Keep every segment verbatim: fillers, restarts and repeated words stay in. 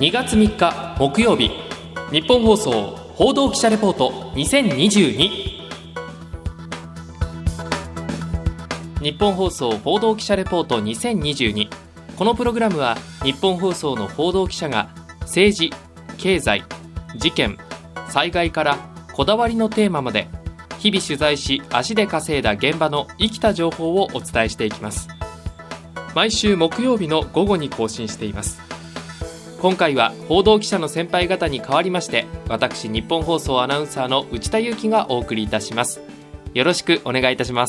にがつみっか木曜日、日本放送報道記者レポートにせんにじゅうに。日本放送報道記者レポートにせんにじゅうに。このプログラムは日本放送の報道記者が政治、経済、事件、災害からこだわりのテーマまで日々取材し足で稼いだ現場の生きた情報をお伝えしていきます。毎週木曜日の午後に更新しています。今回は報道記者の先輩方に代わりまして、私日本放送アナウンサーの内田裕樹がお送りいたします。よろしくお願いいたします。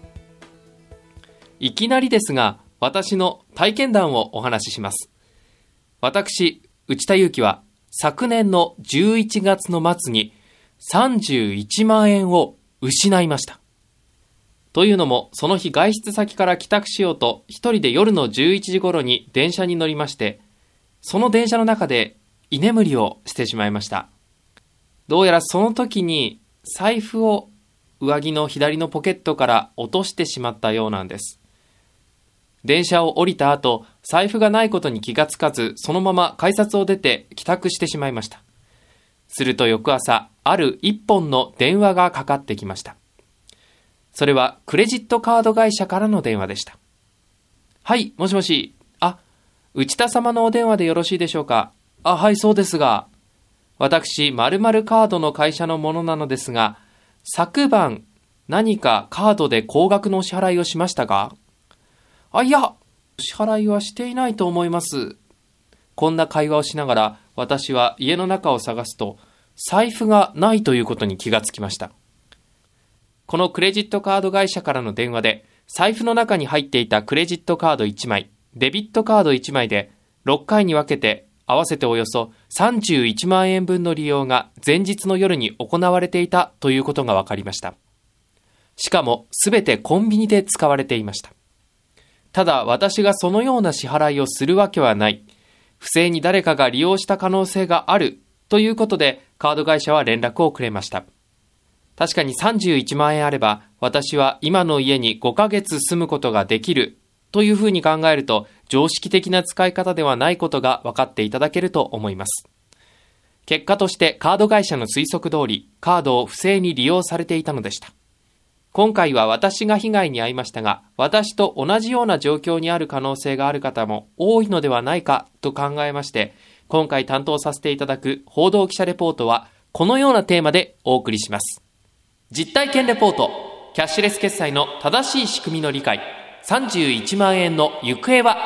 いきなりですが、私の体験談をお話しします。私内田裕樹は昨年のじゅういちがつの末にさんじゅういちまんえんを失いました。というのも、その日外出先から帰宅しようと一人で夜のじゅういちじ頃に電車に乗りまして、その電車の中で居眠りをしてしまいました。どうやらその時に財布を上着の左のポケットから落としてしまったようなんです。電車を降りた後、財布がないことに気がつかず、そのまま改札を出て帰宅してしまいました。すると翌朝、ある一本の電話がかかってきました。それはクレジットカード会社からの電話でした。はい、もしもし。あ、内田様のお電話でよろしいでしょうか。あ、はい、そうですが、私、〇〇カードの会社のものなのですが、昨晩何かカードで高額のお支払いをしましたか。あ、いや、支払いはしていないと思います。こんな会話をしながら、私は家の中を探すと、財布がないということに気がつきました。このクレジットカード会社からの電話で、財布の中に入っていたクレジットカードいちまい、デビットカードいちまいで、ろっかいに分けて、合わせておよそさんじゅういちまんえんぶんの利用が前日の夜に行われていたということが分かりました。しかも、すべてコンビニで使われていました。ただ、私がそのような支払いをするわけはない。不正に誰かが利用した可能性がある。ということで、カード会社は連絡をくれました。確かにさんじゅういちまんえんあれば、私は今の家にごかげつ住むことができる。というふうに考えると、常識的な使い方ではないことが分かっていただけると思います。結果としてカード会社の推測通り、カードを不正に利用されていたのでした。今回は私が被害に遭いましたが、私と同じような状況にある可能性がある方も多いのではないかと考えまして、今回担当させていただく報道記者レポートは、このようなテーマでお送りします。実体験レポート、キャッシュレス決済の正しい仕組みの理解、さんじゅういちまんえんの行方は。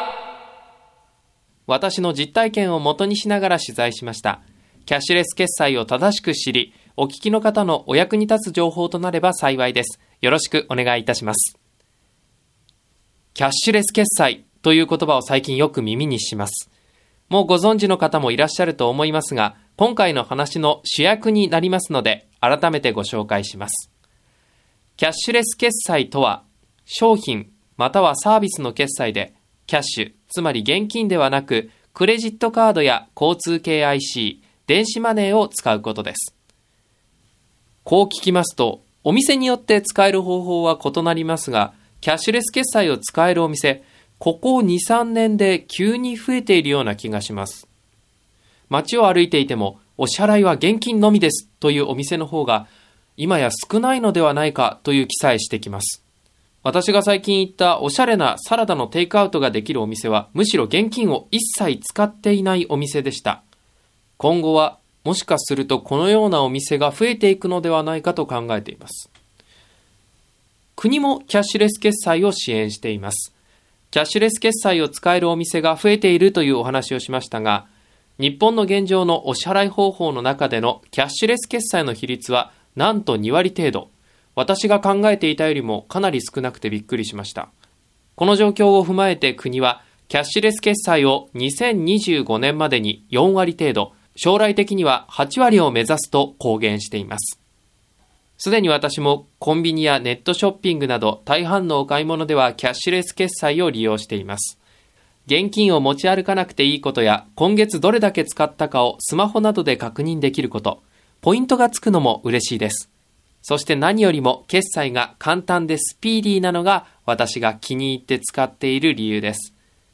私の実体験を元にしながら取材しました。キャッシュレス決済を正しく知り、お聞きの方のお役に立つ情報となれば幸いです。よろしくお願いいたします。キャッシュレス決済という言葉を最近よく耳にします。もうご存知の方もいらっしゃると思いますが、今回の話の主役になりますので、改めてご紹介します。キャッシュレス決済とは、商品またはサービスの決済で、キャッシュ、つまり現金ではなく、クレジットカードや交通系 アイシー、電子マネーを使うことです。こう聞きますと、お店によって使える方法は異なりますが、キャッシュレス決済を使えるお店、ここに、さんねんで急に増えているような気がします。街を歩いていても、お支払いは現金のみですというお店の方が、今や少ないのではないかという気さえしてきます。私が最近行ったおしゃれなサラダのテイクアウトができるお店は、むしろ現金を一切使っていないお店でした。今後はもしかするとこのようなお店が増えていくのではないかと考えています。国もキャッシュレス決済を支援しています。キャッシュレス決済を使えるお店が増えているというお話をしましたが、日本の現状のお支払い方法の中でのキャッシュレス決済の比率はなんとにわり程度。私が考えていたよりもかなり少なくてびっくりしました。この状況を踏まえて国はキャッシュレス決済をにせんにじゅうごねんまでによんわり程度、将来的にははちわりを目指すと公言しています。すでに私もコンビニやネットショッピングなど大半のお買い物ではキャッシュレス決済を利用しています。現金を持ち歩かなくていいことや、今月どれだけ使ったかをスマホなどで確認できること、ポイントがつくのも嬉しいです。そして何よりも決済が簡単でスピーディーなのが私が気に入って使っている理由です。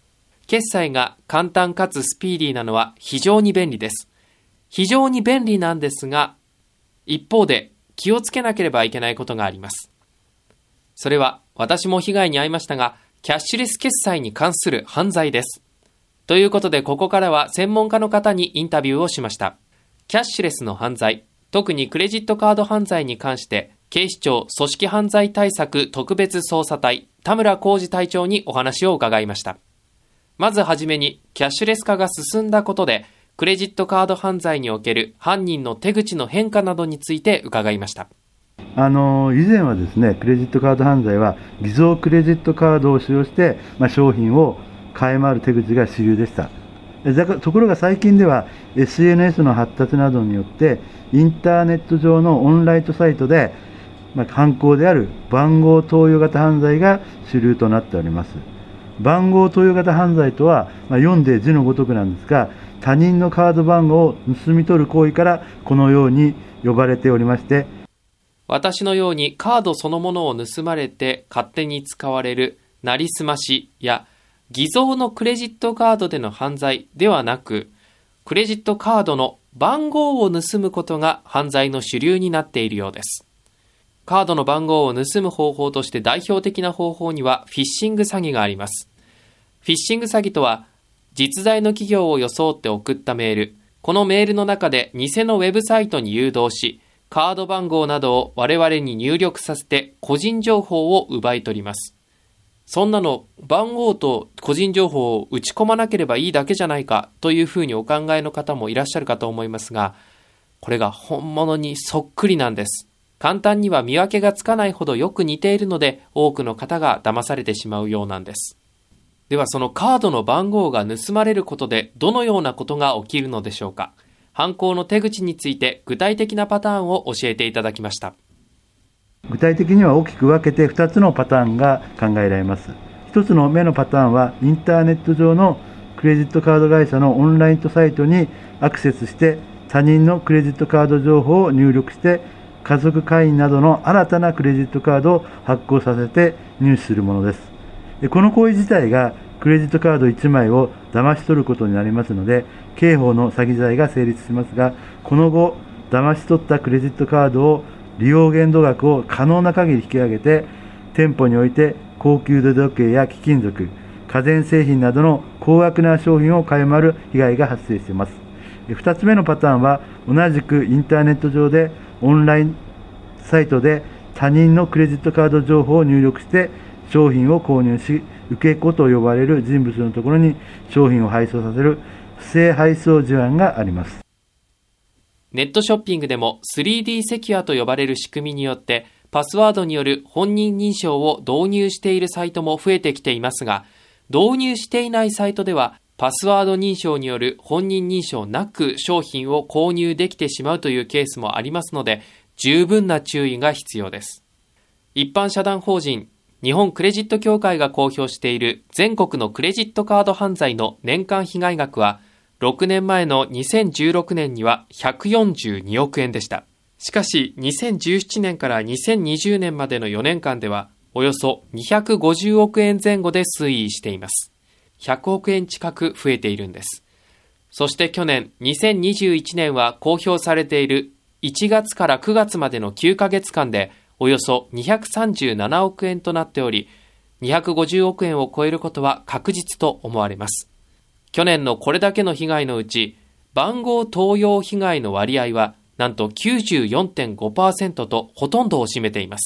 決済が簡単かつスピーディーなのは非常に便利です。非常に便利なんですが、一方で気をつけなければいけないことがあります。それは私も被害に遭いましたが、キャッシュレス決済に関する犯罪です。ということで、ここからは専門家の方にインタビューをしました。キャッシュレスの犯罪、特にクレジットカード犯罪に関して、警視庁組織犯罪対策特別捜査隊、田村浩二隊長にお話を伺いました。まずはじめに、キャッシュレス化が進んだことで、クレジットカード犯罪における犯人の手口の変化などについて伺いました。 あの以前はですね、クレジットカード犯罪は偽造クレジットカードを使用して、まあ、商品を買い回る手口が主流でした。ところが最近では エスエヌエス の発達などによってインターネット上のオンラインサイトで、まあ、犯行である番号投与型犯罪が主流となっております。番号投与型犯罪とは、まあ、読んで字のごとくなんですが、他人のカード番号を盗み取る行為からこのように呼ばれておりまして、 私のようにカードそのものを盗まれて勝手に使われるなりすましや偽造のクレジットカードでの犯罪ではなく、クレジットカードの番号を盗むことが犯罪の主流になっているようです。カードの番号を盗む方法として代表的な方法にはフィッシング詐欺があります。フィッシング詐欺とは、実在の企業を装って送ったメール、このメールの中で偽のウェブサイトに誘導し、カード番号などを我々に入力させて個人情報を奪い取ります。そんなの番号と個人情報を打ち込まなければいいだけじゃないかというふうにお考えの方もいらっしゃるかと思いますが、これが本物にそっくりなんです。簡単には見分けがつかないほどよく似ているので、多くの方が騙されてしまうようなんです。ではそのカードの番号が盗まれることでどのようなことが起きるのでしょうか。犯行の手口について具体的なパターンを教えていただきました。 具体的には大きく分けてふたつのパターンが考えられます。ひとつの目のパターンは、インターネット上のクレジットカード会社のオンラインサイトにアクセスして他人のクレジットカード情報を入力して家族会員などの新たなクレジットカードを発行させて入手するものです。この行為自体がクレジットカードいちまいを騙し取ることになりますので、刑法の詐欺罪が成立しますが、この後騙し取ったクレジットカードを利用限度額を可能な限り引き上げて、店舗において高級腕時計や貴金属、家電製品などの高額な商品を買い回る被害が発生しています。ふたつめのパターンは、同じくインターネット上でオンラインサイトで他人のクレジットカード情報を入力して商品を購入し、受け子と呼ばれる人物のところに商品を配送させる不正配送事案があります。 ネットショッピングでも スリーディー セキュアと呼ばれる仕組みによってパスワードによる本人認証を導入しているサイトも増えてきていますが、導入していないサイトではパスワード認証による本人認証なく商品を購入できてしまうというケースもありますので、十分な注意が必要です。一般社団法人日本クレジット協会が公表している全国のクレジットカード犯罪の年間被害額は、ろくねんまえのにせんじゅうろくねんにはひゃくよんじゅうにおくえんでした。しかしにせんじゅうななねんからにせんにじゅうねんまでのよねんかんではおよそにひゃくごじゅうおくえんぜん後で推移しています。ひゃくおくえん近く増えているんです。そして去年にせんにじゅういちねんは公表されているいちがつからくがつまでのきゅうかげつかんでおよそにひゃくさんじゅうななおくえんとなっており、にひゃくごじゅうおくえんを超えることは確実と思われます。去年のこれだけの被害のうち、番号盗用被害の割合はなんと きゅうじゅうよんてんごパーセント とほとんどを占めています。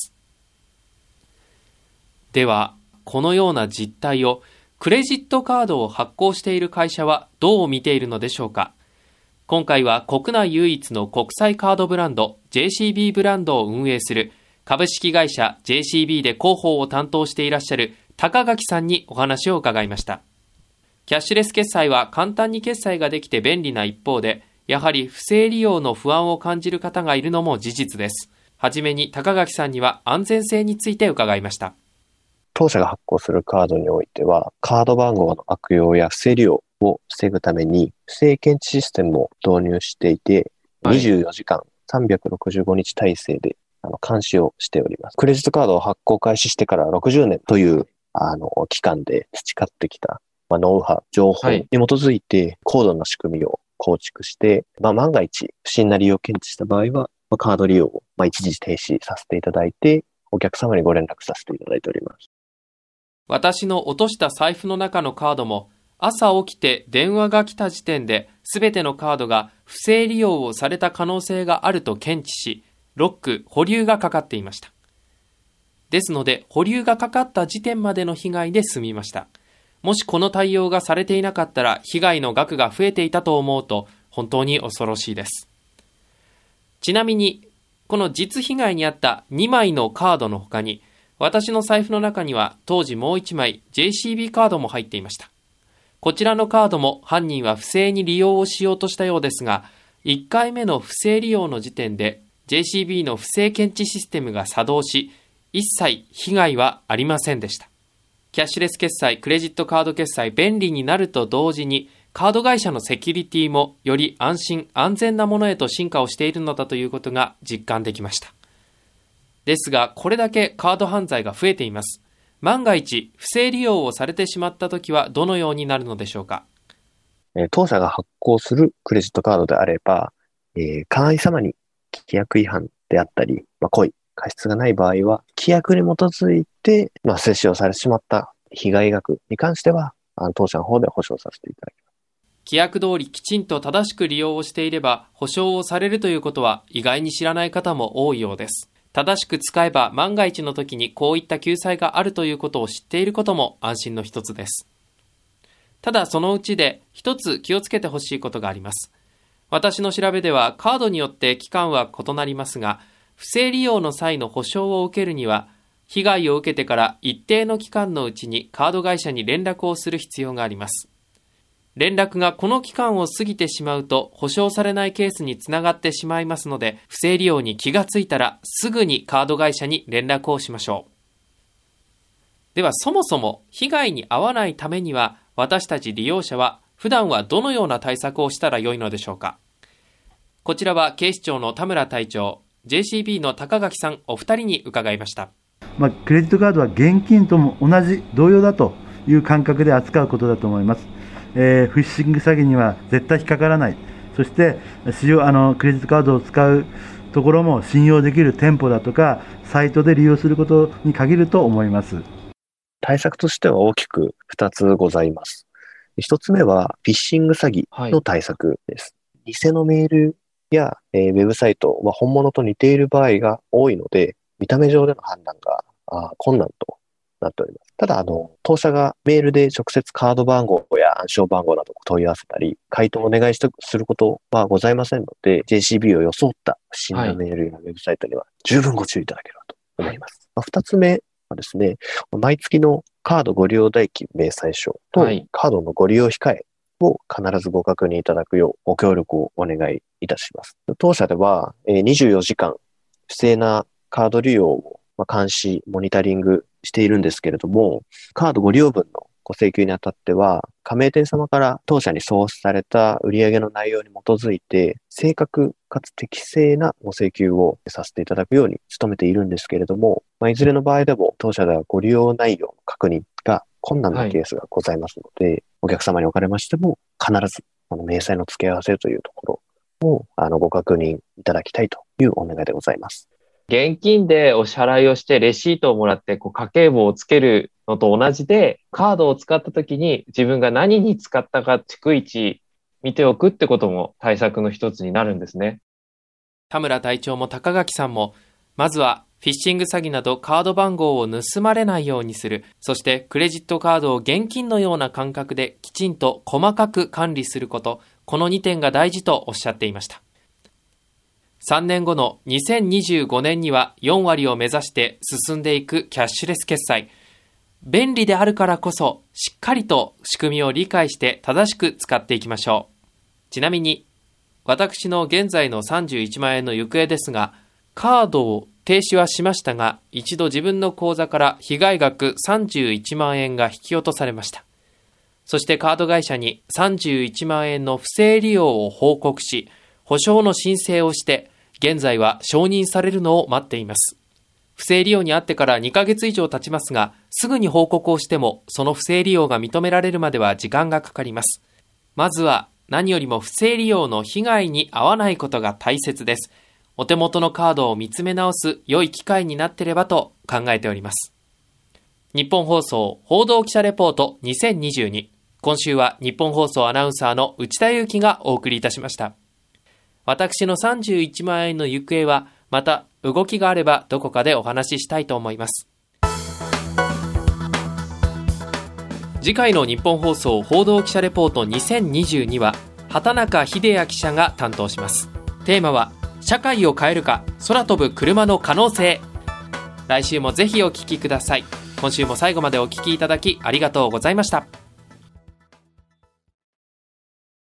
では、このような実態をクレジットカードを発行している会社はどう見ているのでしょうか。今回は国内唯一の国際カードブランド ジェーシービー ブランドを運営する株式会社 ジェーシービー で広報を担当していらっしゃる高垣さんにお話を伺いました。キャッシュレス決済は簡単に決済ができて便利な一方で、やはり不正利用の不安を感じる方がいるのも事実です。はじめに高垣さんには安全性について伺いました。 当社が発行するカードにおいては、カード番号の悪用や不正利用を防ぐために不正検知システムを導入していて、はい、にじゅうよじかんさんびゃくろくじゅうごにち体制であの監視をしております。クレジットカードを発行開始してからろくじゅうねんというあの期間で培ってきたまあ、ノウハウ、情報に基づいて高度な仕組みを構築して、まあ、万が一不審な利用を検知した場合は、まあ、カード利用をまあ一時停止させていただいて、お客様にご連絡させていただいております。 私の落とした財布の中のカードも、朝起きて電話が来た時点で全てのカードが不正利用をされた可能性があると検知し、ロック・保留がかかっていました。ですので、保留がかかった時点までの被害で済みました。もしこの対応がされていなかったら、被害の額が増えていたと思うと、本当に恐ろしいです。ちなみに、この実被害に遭ったにまいのカードの他に、私の財布の中には当時もういちまい ジェーシービー カードも入っていました。こちらのカードも犯人は不正に利用をしようとしたようですが、いっかいめの不正利用の時点で ジェーシービー の不正検知システムが作動し、一切被害はありませんでした。キャッシュレス決済、クレジットカード決済便利になると同時に、カード会社のセキュリティもより安心安全なものへと進化をしているのだということが実感できました。ですが、これだけカード犯罪が増えています。万が一不正利用をされてしまったときはどのようになるのでしょうか。 えー当社が発行するクレジットカードであれば、えー会員様に規約違反であったり、まあ、故意、過失がない場合は、規約に基づいて、まあ、接種をされてしまった被害額に関しては、あの当社の方で保証させていただきます。 規約通りきちんと正しく利用をしていれば保証をされるということは意外に知らない方も多いようです。正しく使えば万が一の時にこういった救済があるということを知っていることも安心の一つです。ただそのうちで一つ気をつけてほしいことがあります。私の調べではカードによって期間は異なりますが、不正利用の際の保証を受けるには、被害を受けてから一定の期間のうちにカード会社に連絡をする必要があります。連絡がこの期間を過ぎてしまうと保証されないケースにつながってしまいますので、不正利用に気がついたらすぐにカード会社に連絡をしましょう。ではそもそも被害に遭わないためには、私たち利用者は普段はどのような対策をしたらよいのでしょうか。こちらは警視庁の田村隊長、ジェーシービー の高垣さんお二人に伺いました。 まあ、クレジットカードは現金とも同じ同様だという感覚で扱うことだと思います。えー、フィッシング詐欺には絶対引っかからない。そして使用あのクレジットカードを使うところも信用できる店舗だとかサイトで利用することに限ると思います。 対策としては大きくふたつございます。ひとつめはフィッシング詐欺の対策です。はい、偽のメールや、えー、ウェブサイトは本物と似ている場合が多いので、見た目上での判断があ困難となっております。ただ、あの、当社がメールで直接カード番号や暗証番号などを問い合わせたり、回答をお願いしてすることはございませんので、ジェーシービー を装った不審なメールやウェブサイトには十分ご注意いただければと思います。まあ、二つ目はですね、毎月のカードご利用代金明細書とカードのご利用控えを必ずご確認いただくようご協力をお願いいたします。当社ではにじゅうよじかん不正なカード利用を監視、モニタリングしているんですけれども、カードご利用分のご請求にあたっては、加盟店様から当社に送付された売上の内容に基づいて、正確かつ適正なご請求をさせていただくように努めているんですけれども、まあ、いずれの場合でも当社ではご利用内容の確認が困難なケースがございますので、はい、お客様におかれましても必ずあの明細の付け合わせというところをあのご確認いただきたいというお願いでございます。 現金でお支払いをしてレシートをもらってこう家計簿をつけるのと同じで、カードを使った時に自分が何に使ったか逐一見ておくってことも対策の一つになるんですね。 田村隊長も高垣さんも、まずはフィッシング詐欺などカード番号を盗まれないようにする、そしてクレジットカードを現金のような感覚できちんと細かく管理すること、このにてんが大事とおっしゃっていました。さんねんごのにせんにじゅうごねんにはよんわりを目指して進んでいくキャッシュレス決済。便利であるからこそ、しっかりと仕組みを理解して正しく使っていきましょう。ちなみに、私の現在のさんじゅういちまんえんの行方ですが、カードを停止はしましたが、一度自分の口座から被害額さんじゅういちまんえんが引き落とされました。そしてカード会社にさんじゅういちまんえんの不正利用を報告し、保証の申請をして、現在は承認されるのを待っています。 不正利用にあってからにかげつ以上経ちますが、すぐに報告をしても、その不正利用が認められるまでは時間がかかります。まずは何よりも不正利用の被害に遭わないことが大切です。お手元のカードを見つめ直す良い機会になっていればと考えております。日本放送報道記者レポートにせんにじゅうに。今週は日本放送アナウンサーの内田裕樹がお送りいたしました。私のさんじゅういちまん円の行方は、また動きがあればどこかでお話ししたいと思います。次回の日本放送報道記者レポートにせんにじゅうには畑中秀也記者が担当します。テーマは社会を変えるか空飛ぶ車の可能性。来週もぜひお聞きください。今週も最後までお聞きいただきありがとうございました。